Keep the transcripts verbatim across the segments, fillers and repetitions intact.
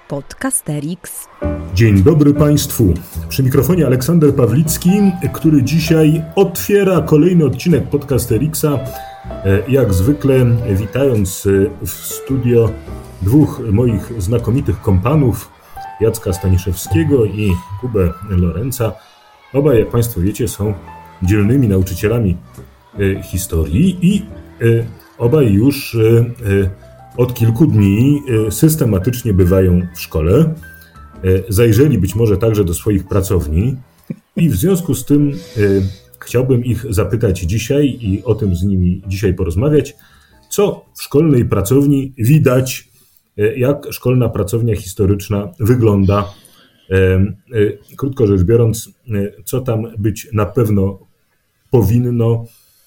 Podcasterix. Dzień dobry Państwu. Przy mikrofonie Aleksander Pawlicki, który dzisiaj otwiera kolejny odcinek Podcasterixa. Jak zwykle witając w studio dwóch moich znakomitych kompanów, Jacka Staniszewskiego i Kubę Lorenza. Obaj, jak Państwo wiecie, są dzielnymi nauczycielami historii i obaj już od kilku dni systematycznie bywają w szkole. Zajrzeli być może także do swoich pracowni i w związku z tym chciałbym ich zapytać dzisiaj i o tym z nimi dzisiaj porozmawiać, co w szkolnej pracowni widać, jak szkolna pracownia historyczna wygląda. Krótko rzecz biorąc, co tam być na pewno powinno,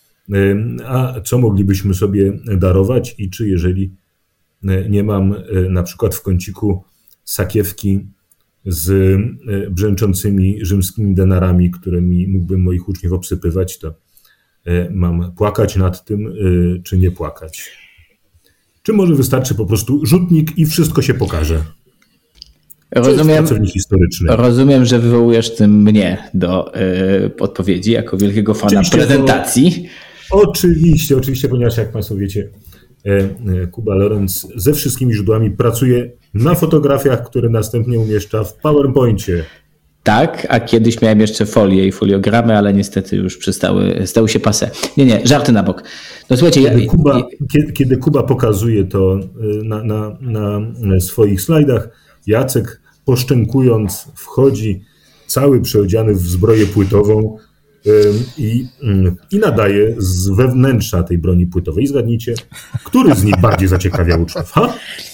a co moglibyśmy sobie darować i czy jeżeli nie mam na przykład w kąciku sakiewki z brzęczącymi rzymskimi denarami, którymi mógłbym moich uczniów obsypywać, to mam płakać nad tym, czy nie płakać. Czy może wystarczy po prostu rzutnik i wszystko się pokaże? Rozumiem, rozumiem, że wywołujesz tym mnie do y, odpowiedzi jako wielkiego fana oczywiście prezentacji. To, oczywiście, oczywiście, ponieważ jak Państwo wiecie, Kuba Lorenz ze wszystkimi źródłami pracuje na fotografiach, które następnie umieszcza w PowerPoincie. Tak, a kiedyś miałem jeszcze folię i foliogramy, ale niestety już przestały, stały się passé. Nie, nie, żarty na bok. No słuchajcie, kiedy, ja, Kuba, kiedy, kiedy Kuba pokazuje to na, na, na swoich slajdach, Jacek poszczękując wchodzi cały przeodziany w zbroję płytową i, i nadaje z wewnętrza tej broni płytowej. Zgadnijcie, który z nich bardziej zaciekawia uczniów? Ha?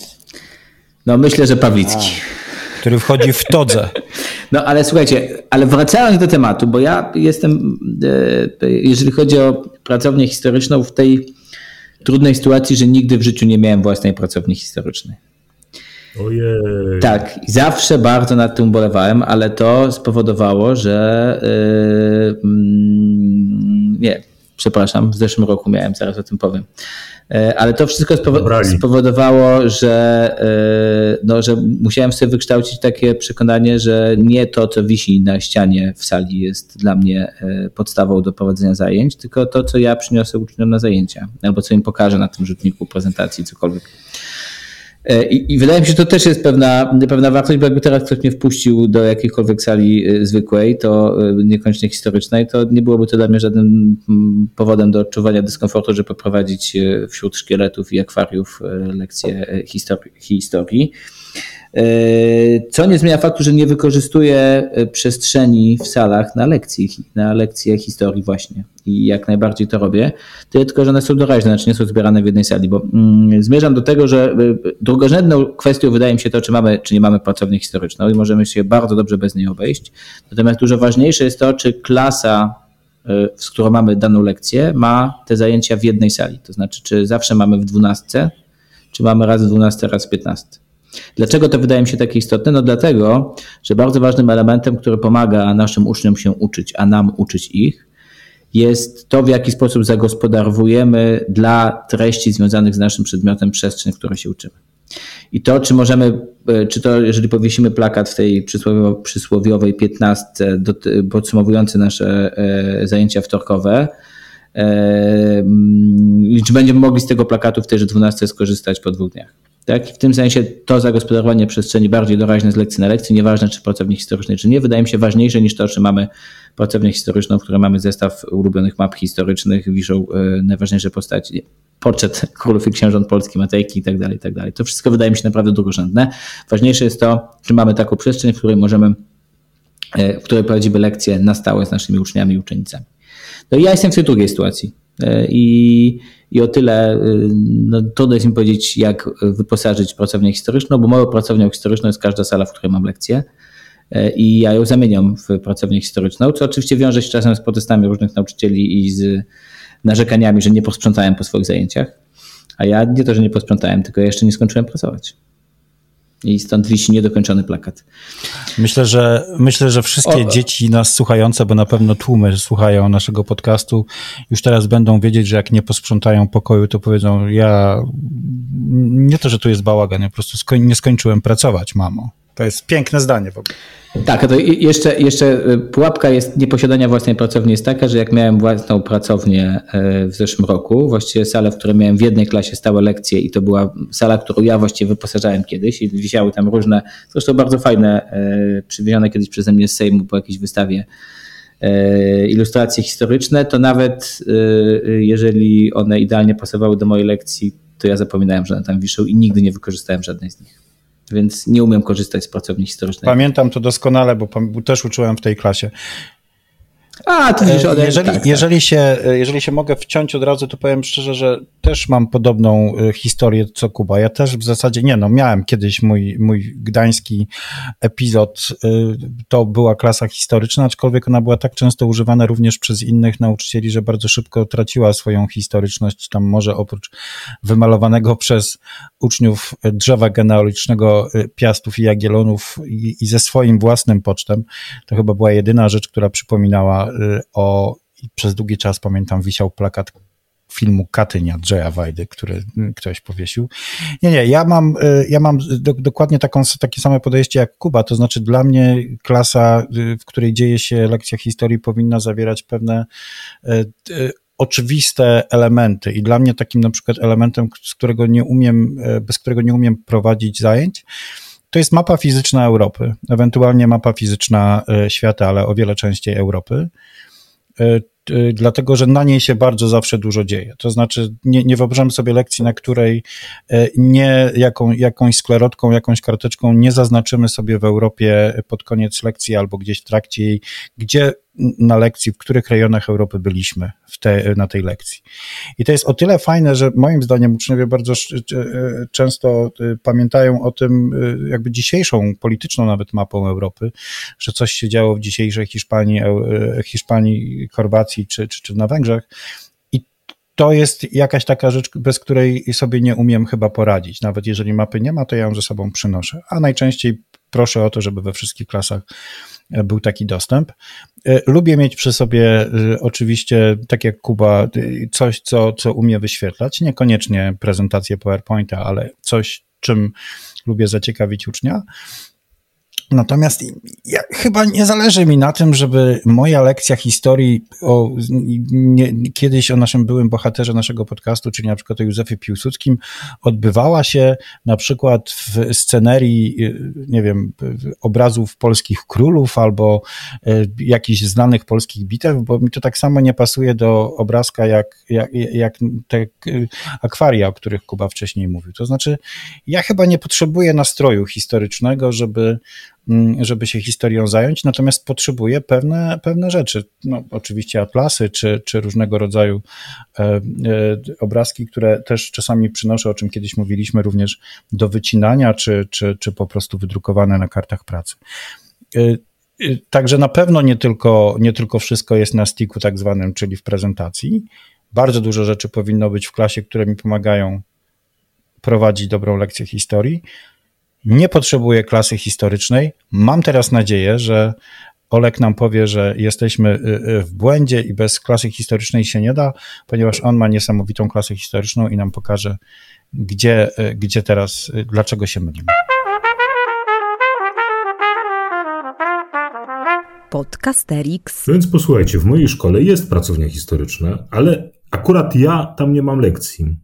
No myślę, że Pawlicki. A, który wchodzi w todze. No ale słuchajcie, ale wracając do tematu, bo ja jestem, jeżeli chodzi o pracownię historyczną, w tej trudnej sytuacji, że nigdy w życiu nie miałem własnej pracowni historycznej. Ojej. Tak, i zawsze bardzo nad tym ubolewałem, ale to spowodowało, że yy, yy, nie, przepraszam, w zeszłym roku miałem, zaraz o tym powiem. Yy, ale to wszystko spowo- spowodowało, że, yy, no, że musiałem sobie wykształcić takie przekonanie, że nie to, co wisi na ścianie w sali jest dla mnie yy, podstawą do prowadzenia zajęć, tylko to, co ja przyniosę uczniom na zajęcia, albo co im pokażę na tym rzutniku prezentacji, cokolwiek. I, I wydaje mi się, że to też jest pewna, pewna wartość, bo jakby teraz ktoś mnie wpuścił do jakiejkolwiek sali zwykłej, to niekoniecznie historycznej, to nie byłoby to dla mnie żadnym powodem do odczuwania dyskomfortu, żeby poprowadzić wśród szkieletów i akwariów lekcje historii. historii. Co nie zmienia faktu, że nie wykorzystuję przestrzeni w salach na lekcje, na lekcje historii właśnie i jak najbardziej to robię, tyle tylko, że one są doraźne, znaczy nie są zbierane w jednej sali, bo mm, zmierzam do tego, że drugorzędną kwestią wydaje mi się to, czy mamy, czy nie mamy pracownię historyczną i możemy się bardzo dobrze bez niej obejść, natomiast dużo ważniejsze jest to, czy klasa, z którą mamy daną lekcję, ma te zajęcia w jednej sali, to znaczy czy zawsze mamy w dwunastce, czy mamy raz w dwunastce, raz w piętnastce. Dlaczego to wydaje mi się takie istotne? No dlatego, że bardzo ważnym elementem, który pomaga naszym uczniom się uczyć, a nam uczyć ich, jest to, w jaki sposób zagospodarowujemy dla treści związanych z naszym przedmiotem przestrzeń, w której się uczymy. I to, czy możemy, czy to, jeżeli powiesimy plakat w tej przysłowiowej piętnastce podsumowujący nasze zajęcia wtorkowe, czy będziemy mogli z tego plakatu w tejże dwunastce skorzystać po dwóch dniach. Tak? I w tym sensie to zagospodarowanie przestrzeni bardziej doraźne z lekcji na lekcję, nieważne czy pracowni historycznej, czy nie, wydaje mi się ważniejsze niż to, czy mamy pracownię historyczną, w której mamy zestaw ulubionych map historycznych, wiszą y, najważniejsze postaci, portret królów i książąt Polski, Matejki i tak dalej, i tak dalej. To wszystko wydaje mi się naprawdę drugorzędne. Ważniejsze jest to, czy mamy taką przestrzeń, w której możemy, y, w której prowadzimy lekcje na stałe z naszymi uczniami i uczennicami. No i ja jestem w tej drugiej sytuacji. I, i o tyle no, trudno jest mi powiedzieć, jak wyposażyć pracownię historyczną, bo moją pracownią historyczną jest każda sala, w której mam lekcję i ja ją zamieniam w pracownię historyczną, co oczywiście wiąże się czasem z protestami różnych nauczycieli i z narzekaniami, że nie posprzątałem po swoich zajęciach, a ja nie to, że nie posprzątałem, tylko ja jeszcze nie skończyłem pracować. I stąd wisi niedokończony plakat. Myślę, że myślę, że wszystkie o, dzieci nas słuchające, bo na pewno tłumy słuchają naszego podcastu, już teraz będą wiedzieć, że jak nie posprzątają pokoju, to powiedzą, ja nie to, że tu jest bałagan, ja po prostu skoń, nie skończyłem pracować, mamo. To jest piękne zdanie w ogóle. Tak, a to jeszcze, jeszcze pułapka jest nieposiadania własnej pracowni jest taka, że jak miałem własną pracownię w zeszłym roku, właściwie salę, w której miałem w jednej klasie stałe lekcje i to była sala, którą ja właściwie wyposażałem kiedyś i wisiały tam różne, zresztą bardzo fajne, przywiezione kiedyś przeze mnie z Sejmu po jakiejś wystawie ilustracje historyczne, to nawet jeżeli one idealnie pasowały do mojej lekcji, to ja zapominałem, że one tam wiszą i nigdy nie wykorzystałem żadnej z nich. Więc nie umiem korzystać z pracowni historycznej. Pamiętam to doskonale, bo też uczyłem w tej klasie. A, to widzisz, one, jeżeli, tak, jeżeli, się, jeżeli się mogę wciąć od razu, to powiem szczerze, że też mam podobną historię co Kuba. Ja też w zasadzie, nie no, miałem kiedyś mój, mój gdański epizod, to była klasa historyczna, aczkolwiek ona była tak często używana również przez innych nauczycieli, że bardzo szybko traciła swoją historyczność. Tam może oprócz wymalowanego przez uczniów drzewa genealogicznego Piastów i Jagiellonów i, i ze swoim własnym pocztem, to chyba była jedyna rzecz, która przypominała o, i przez długi czas pamiętam, wisiał plakat filmu Katyń Andrzeja Wajdy, który ktoś powiesił. Nie, nie, ja mam, ja mam do, dokładnie taką, takie same podejście jak Kuba, to znaczy dla mnie klasa, w której dzieje się lekcja historii, powinna zawierać pewne e, e, oczywiste elementy i dla mnie takim na przykład elementem, z którego nie umiem, bez którego nie umiem prowadzić zajęć, to jest mapa fizyczna Europy, ewentualnie mapa fizyczna świata, ale o wiele częściej Europy, dlatego że na niej się bardzo zawsze dużo dzieje. To znaczy nie, nie wyobrażam sobie lekcji, na której nie jaką, jakąś sklerotką, jakąś karteczką nie zaznaczymy sobie w Europie pod koniec lekcji albo gdzieś w trakcie jej, gdzie na lekcji, w których rejonach Europy byliśmy w te, na tej lekcji. I to jest o tyle fajne, że moim zdaniem uczniowie bardzo często pamiętają o tym jakby dzisiejszą, polityczną nawet mapą Europy, że coś się działo w dzisiejszej Hiszpanii, Hiszpanii, Chorwacji czy, czy, czy na Węgrzech. I to jest jakaś taka rzecz, bez której sobie nie umiem chyba poradzić. Nawet jeżeli mapy nie ma, to ja ją ze sobą przynoszę. A najczęściej proszę o to, żeby we wszystkich klasach był taki dostęp. Lubię mieć przy sobie oczywiście, tak jak Kuba, coś, co, co umie wyświetlać, niekoniecznie prezentację PowerPointa, ale coś, czym lubię zaciekawić ucznia. Natomiast ja, chyba nie zależy mi na tym, żeby moja lekcja historii o, nie, kiedyś o naszym byłym bohaterze naszego podcastu, czyli na przykład o Józefie Piłsudskim, odbywała się na przykład w scenerii, nie wiem, obrazów polskich królów albo jakichś znanych polskich bitew, bo mi to tak samo nie pasuje do obrazka jak, jak, jak te akwaria, o których Kuba wcześniej mówił. To znaczy, ja chyba nie potrzebuję nastroju historycznego, żeby żeby się historią zająć, natomiast potrzebuje pewne, pewne rzeczy. No, oczywiście atlasy, czy, czy różnego rodzaju e, e, obrazki, które też czasami przynoszę, o czym kiedyś mówiliśmy, również do wycinania, czy, czy, czy po prostu wydrukowane na kartach pracy. E, e, także na pewno nie tylko, nie tylko wszystko jest na sticku tak zwanym, czyli w prezentacji. Bardzo dużo rzeczy powinno być w klasie, które mi pomagają prowadzić dobrą lekcję historii. Nie potrzebuję klasy historycznej. Mam teraz nadzieję, że Olek nam powie, że jesteśmy w błędzie i bez klasy historycznej się nie da, ponieważ on ma niesamowitą klasę historyczną i nam pokaże, gdzie, gdzie teraz, dlaczego się mylimy. Podcasterix. Więc posłuchajcie, w mojej szkole jest pracownia historyczna, ale akurat ja tam nie mam lekcji.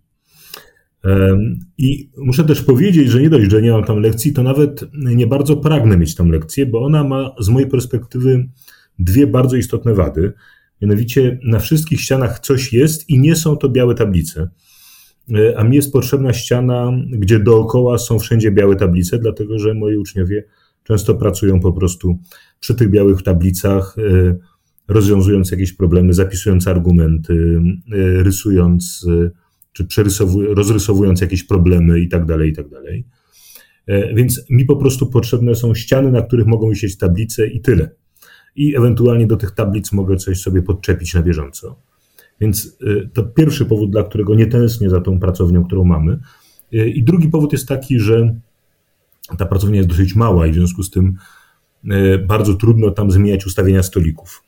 I muszę też powiedzieć, że nie dość, że nie mam tam lekcji, to nawet nie bardzo pragnę mieć tam lekcję, bo ona ma z mojej perspektywy dwie bardzo istotne wady. Mianowicie na wszystkich ścianach coś jest i nie są to białe tablice. A mi jest potrzebna ściana, gdzie dookoła są wszędzie białe tablice, dlatego że moi uczniowie często pracują po prostu przy tych białych tablicach, rozwiązując jakieś problemy, zapisując argumenty, rysując czy rozrysowując jakieś problemy i tak dalej, i tak dalej. Więc mi po prostu potrzebne są ściany, na których mogą wisieć tablice i tyle. I ewentualnie do tych tablic mogę coś sobie podczepić na bieżąco. Więc to pierwszy powód, dla którego nie tęsknię za tą pracownią, którą mamy. I drugi powód jest taki, że ta pracownia jest dosyć mała i w związku z tym bardzo trudno tam zmieniać ustawienia stolików.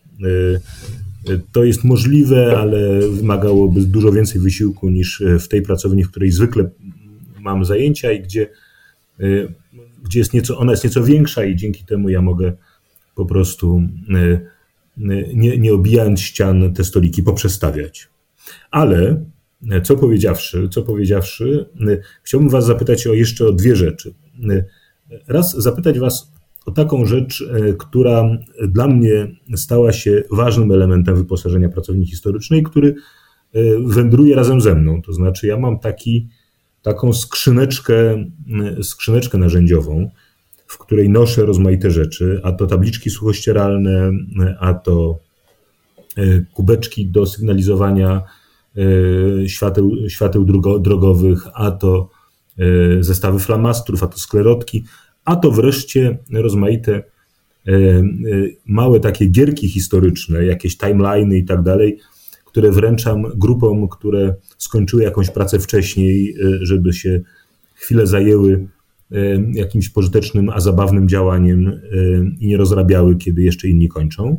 To jest możliwe, ale wymagałoby dużo więcej wysiłku niż w tej pracowni, w której zwykle mam zajęcia i gdzie, gdzie jest nieco, ona jest nieco większa i dzięki temu ja mogę po prostu nie, nie obijając ścian te stoliki poprzestawiać. Ale co powiedziawszy, co powiedziawszy, chciałbym was zapytać o jeszcze o dwie rzeczy. Raz zapytać was o taką rzecz, która dla mnie stała się ważnym elementem wyposażenia pracowni historycznej, który wędruje razem ze mną. To znaczy ja mam taki, taką skrzyneczkę, skrzyneczkę narzędziową, w której noszę rozmaite rzeczy, a to tabliczki suchościeralne, a to kubeczki do sygnalizowania świateł, świateł drogowych, a to zestawy flamastrów, a to sklerotki, a to wreszcie rozmaite małe takie gierki historyczne, jakieś timeliny i tak dalej, które wręczam grupom, które skończyły jakąś pracę wcześniej, żeby się chwilę zajęły jakimś pożytecznym, a zabawnym działaniem i nie rozrabiały, kiedy jeszcze inni kończą.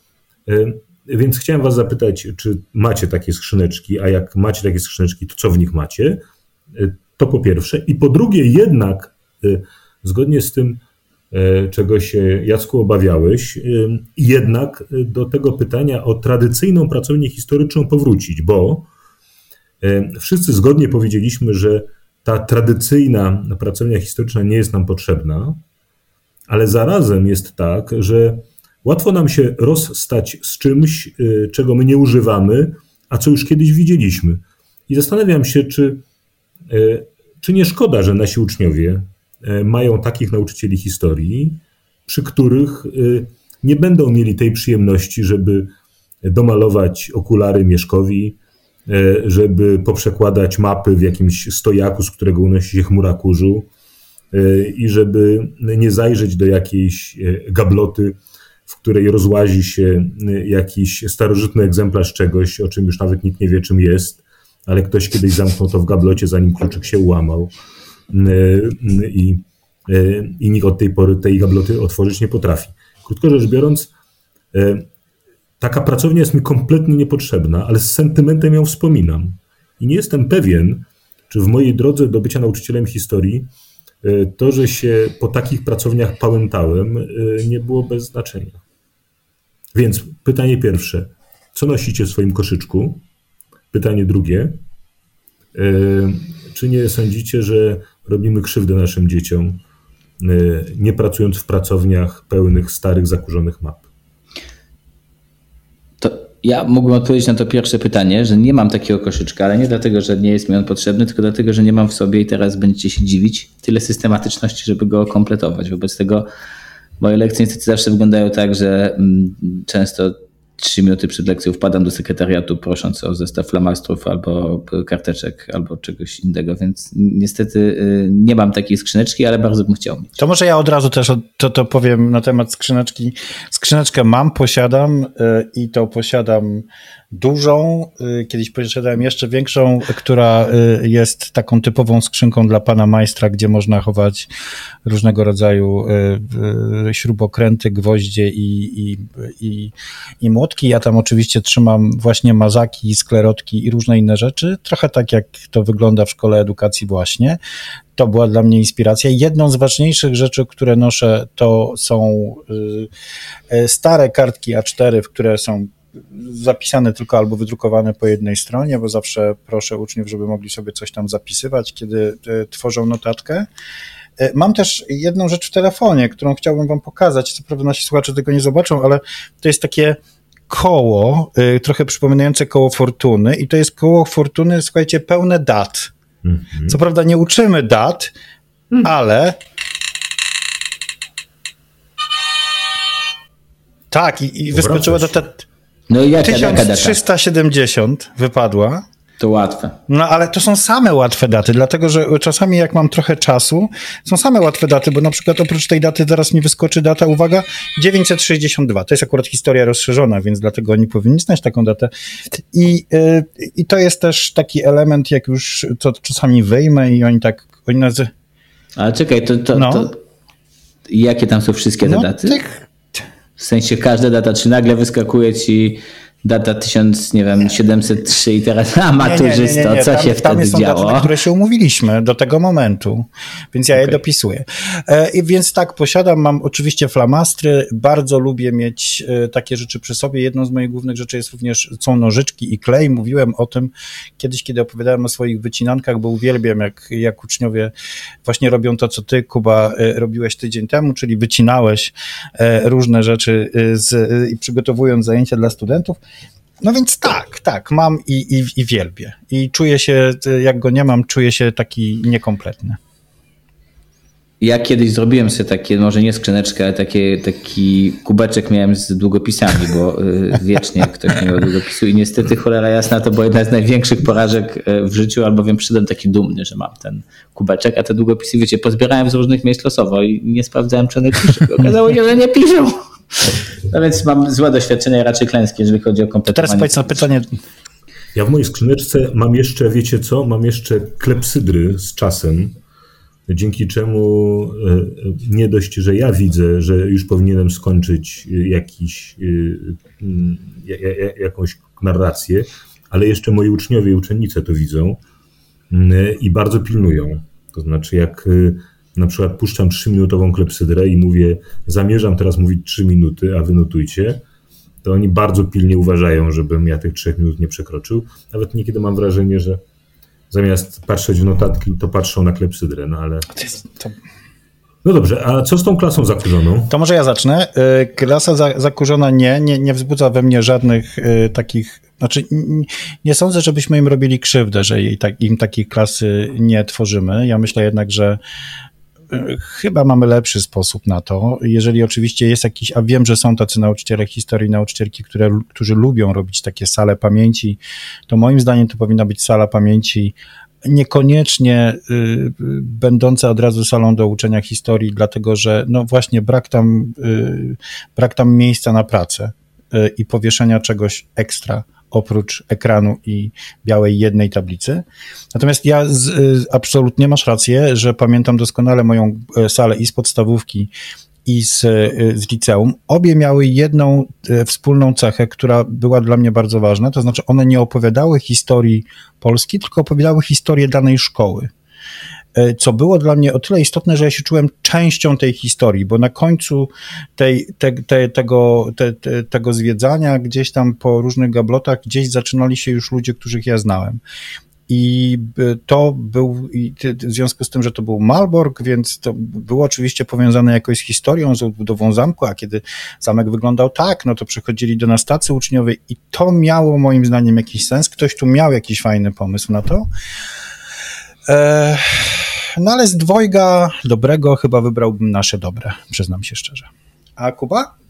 Więc chciałem was zapytać, czy macie takie skrzyneczki, a jak macie takie skrzyneczki, to co w nich macie? To po pierwsze. I po drugie jednak, zgodnie z tym, czego się, Jacku, obawiałeś, jednak do tego pytania o tradycyjną pracownię historyczną powrócić, bo wszyscy zgodnie powiedzieliśmy, że ta tradycyjna pracownia historyczna nie jest nam potrzebna, ale zarazem jest tak, że łatwo nam się rozstać z czymś, czego my nie używamy, a co już kiedyś widzieliśmy. I zastanawiam się, czy, czy nie szkoda, że nasi uczniowie mają takich nauczycieli historii, przy których nie będą mieli tej przyjemności, żeby domalować okulary Mieszkowi, żeby poprzekładać mapy w jakimś stojaku, z którego unosi się chmura kurzu i żeby nie zajrzeć do jakiejś gabloty, w której rozłazi się jakiś starożytny egzemplarz czegoś, o czym już nawet nikt nie wie, czym jest, ale ktoś kiedyś zamknął to w gablocie, zanim kluczyk się ułamał i, i nikt od tej pory tej gabloty otworzyć nie potrafi. Krótko rzecz biorąc, taka pracownia jest mi kompletnie niepotrzebna, ale z sentymentem ją wspominam. I nie jestem pewien, czy w mojej drodze do bycia nauczycielem historii to, że się po takich pracowniach pałętałem, nie było bez znaczenia. Więc pytanie pierwsze, co nosicie w swoim koszyczku? Pytanie drugie, czy nie sądzicie, że robimy krzywdę naszym dzieciom, nie pracując w pracowniach pełnych starych, zakurzonych map? Ja mógłbym odpowiedzieć na to pierwsze pytanie, że nie mam takiego koszyczka, ale nie dlatego, że nie jest mi on potrzebny, tylko dlatego, że nie mam w sobie i teraz będziecie się dziwić tyle systematyczności, żeby go kompletować. Wobec tego moje lekcje niestety zawsze wyglądają tak, że często trzy minuty przed lekcją wpadam do sekretariatu prosząc o zestaw flamastrów albo karteczek albo czegoś innego, więc niestety nie mam takiej skrzyneczki, ale bardzo bym chciał mieć. To może ja od razu też to, to powiem na temat skrzyneczki. Skrzyneczkę mam, posiadam i to posiadam dużą, kiedyś posiadałem jeszcze większą, która jest taką typową skrzynką dla pana majstra, gdzie można chować różnego rodzaju śrubokręty, gwoździe i, i, i, i młotki. Ja tam oczywiście trzymam właśnie mazaki, sklerotki i różne inne rzeczy, trochę tak jak to wygląda w szkole edukacji właśnie. To była dla mnie inspiracja. Jedną z ważniejszych rzeczy, które noszę, to są stare kartki A cztery, w które są zapisane tylko albo wydrukowane po jednej stronie, bo zawsze proszę uczniów, żeby mogli sobie coś tam zapisywać, kiedy tworzą notatkę. Mam też jedną rzecz w telefonie, którą chciałbym wam pokazać. Co prawda nasi słuchacze tego nie zobaczą, ale to jest takie koło, trochę przypominające koło fortuny i to jest koło fortuny, słuchajcie, pełne dat. Mhm. Co prawda nie uczymy dat, mhm. ale tak, i, i wyskoczyła data no i jaka, tysiąc trzysta siedemdziesiąt wypadła. To łatwe. No ale to są same łatwe daty, dlatego że czasami jak mam trochę czasu, są same łatwe daty, bo na przykład oprócz tej daty zaraz mi wyskoczy data, uwaga, dziewięćset sześćdziesiąt dwa. To jest akurat historia rozszerzona, więc dlatego oni powinni znać taką datę. I, yy, i to jest też taki element, jak już to czasami wyjmę i oni tak, oni nazy- Ale czekaj, to, to, no. to jakie tam są wszystkie te no, daty? Tych... W sensie każda data, czy nagle wyskakuje ci data tysiąc, nie wiem, siedemset trzy i teraz a maturzysto, nie, nie, nie, nie. co tam, się tam wtedy są działo? Daty, na które się umówiliśmy do tego momentu, więc ja okay. je dopisuję. E, i więc tak, posiadam, mam oczywiście flamastry, bardzo lubię mieć e, takie rzeczy przy sobie. Jedną z moich głównych rzeczy jest również, są nożyczki i klej. Mówiłem o tym kiedyś, kiedy opowiadałem o swoich wycinankach, bo uwielbiam, jak, jak uczniowie właśnie robią to, co ty, Kuba, e, robiłeś tydzień temu, czyli wycinałeś e, różne rzeczy e, z, e, i przygotowując zajęcia dla studentów. No więc tak, tak, mam i, i, i wielbię. I czuję się, jak go nie mam, czuję się taki niekompletny. Ja kiedyś zrobiłem sobie takie, może nie skrzyneczkę, ale takie, taki kubeczek miałem z długopisami, bo y, wiecznie ktoś nie miał długopisu i niestety cholera jasna, to była jedna z największych porażek w życiu, albowiem przyszedłem taki dumny, że mam ten kubeczek, a te długopisy, wiecie, pozbierałem z różnych miejsc losowo i nie sprawdzałem, czy one piszą. Okazało się, że nie piszą. No więc mam złe doświadczenie i raczej klęskie, jeżeli chodzi o kompletowanie. Teraz powiedz na pytanie. Ja w mojej skrzyneczce mam jeszcze, wiecie co, mam jeszcze klepsydry z czasem, dzięki czemu nie dość, że ja widzę, że już powinienem skończyć jakiś, jakąś narrację, ale jeszcze moi uczniowie i uczennice to widzą i bardzo pilnują. To znaczy jak na przykład puszczam trzyminutową klepsydrę i mówię, zamierzam teraz mówić trzy minuty, a wy notujcie, to oni bardzo pilnie uważają, żebym ja tych trzech minut nie przekroczył. Nawet niekiedy mam wrażenie, że zamiast patrzeć w notatki, to patrzą na klepsydrę, no ale... No dobrze, a co z tą klasą zakurzoną? To może ja zacznę. Klasa za, zakurzona nie, nie, nie wzbudza we mnie żadnych y, takich, znaczy n, nie sądzę, żebyśmy im robili krzywdę, że jej, tak, im takiej klasy nie tworzymy. Ja myślę jednak, że chyba mamy lepszy sposób na to. Jeżeli oczywiście jest jakiś, a wiem, że są tacy nauczyciele historii, nauczycielki, które, którzy lubią robić takie sale pamięci, to moim zdaniem to powinna być sala pamięci niekoniecznie y, będąca od razu salą do uczenia historii, dlatego że no właśnie brak tam, y, brak tam miejsca na pracę y, i powieszenia czegoś ekstra oprócz ekranu i białej jednej tablicy. Natomiast ja z, y, absolutnie masz rację, że pamiętam doskonale moją salę i z podstawówki, i z, z liceum. Obie miały jedną e, wspólną cechę, która była dla mnie bardzo ważna, to znaczy one nie opowiadały historii Polski, tylko opowiadały historię danej szkoły. E, co było dla mnie o tyle istotne, że ja się czułem częścią tej historii, bo na końcu tej, te, te, tego, te, te, tego zwiedzania gdzieś tam po różnych gablotach, gdzieś zaczynali się już ludzie, których ja znałem. I to był, i w związku z tym, że to był Malbork, więc to było oczywiście powiązane jakoś z historią, z odbudową zamku, a kiedy zamek wyglądał tak, no to przychodzili do nas tacy uczniowie i to miało moim zdaniem jakiś sens. Ktoś tu miał jakiś fajny pomysł na to. E, no ale z dwojga dobrego chyba wybrałbym nasze dobre, przyznam się szczerze. A Kuba?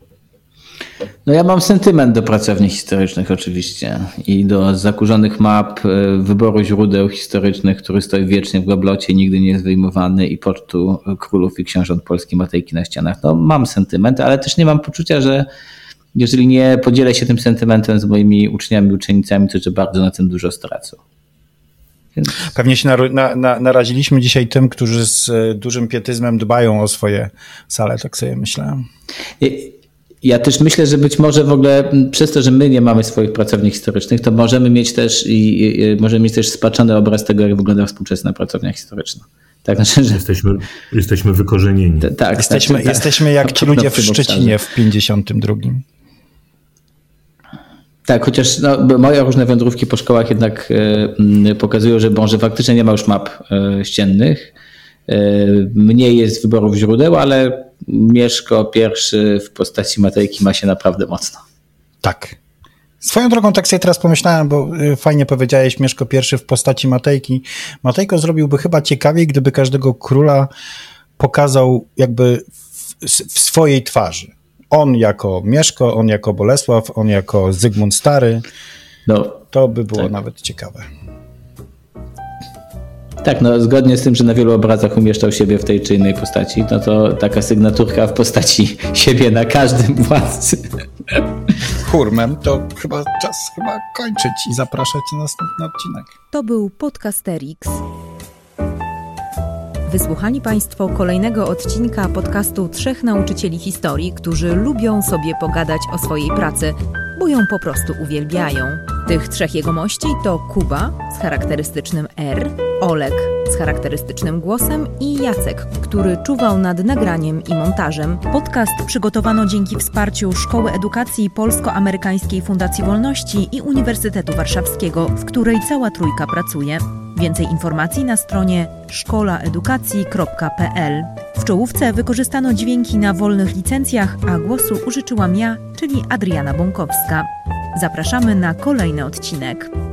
No ja mam sentyment do pracowni historycznych oczywiście i do zakurzonych map, wyboru źródeł historycznych, który stoi wiecznie w gablocie, nigdy nie jest wyjmowany i pocztu królów i książąt polskiej Matejki na ścianach. No mam sentyment, ale też nie mam poczucia, że jeżeli nie podzielę się tym sentymentem z moimi uczniami i uczennicami, to że bardzo na tym dużo stracą. Więc... Pewnie się na, na, naraziliśmy dzisiaj tym, którzy z dużym pietyzmem dbają o swoje sale, tak sobie myślałem. I... Ja też myślę, że być może w ogóle przez to, że my nie mamy swoich pracowni historycznych, to możemy mieć też i, i możemy mieć też spaczony obraz tego, jak wygląda współczesna pracownia historyczna. Tak, znaczy, że... Jesteśmy, jesteśmy wykorzenieni. T- tak, jesteśmy, tak, jesteśmy jak ci ludzie w Szczecinie w pięćdziesiątym drugim. Tak, chociaż no, moje różne wędrówki po szkołach jednak y, pokazują, że może faktycznie nie ma już map y, ściennych. Y, mniej jest wyborów źródeł, ale Mieszko pierwszy w postaci Matejki ma się naprawdę mocno. Tak. Swoją drogą tak sobie teraz pomyślałem, bo fajnie powiedziałeś, Mieszko pierwszy w postaci Matejki. Matejko zrobiłby chyba ciekawiej, gdyby każdego króla pokazał jakby w, w swojej twarzy. On jako Mieszko, on jako Bolesław, on jako Zygmunt Stary. No, to by było tak. Nawet ciekawe. Tak, no zgodnie z tym, że na wielu obrazach umieszczał siebie w tej czy innej postaci, no to taka sygnaturka w postaci siebie na każdym władcy. Hurmem, to chyba czas chyba kończyć i zapraszać na następny odcinek. To był Podcasterix. Wysłuchali Państwo kolejnego odcinka podcastu Trzech Nauczycieli Historii, którzy lubią sobie pogadać o swojej pracy, bo ją po prostu uwielbiają. Tych trzech jegomości to Kuba z charakterystycznym R, Olek z charakterystycznym głosem i Jacek, który czuwał nad nagraniem i montażem. Podcast przygotowano dzięki wsparciu Szkoły Edukacji Polsko-Amerykańskiej Fundacji Wolności i Uniwersytetu Warszawskiego, w której cała trójka pracuje. Więcej informacji na stronie szkoła edukacji kropka p l. W czołówce wykorzystano dźwięki na wolnych licencjach, a głosu użyczyłam ja, czyli Adriana Bąkowska. Zapraszamy na kolejny odcinek.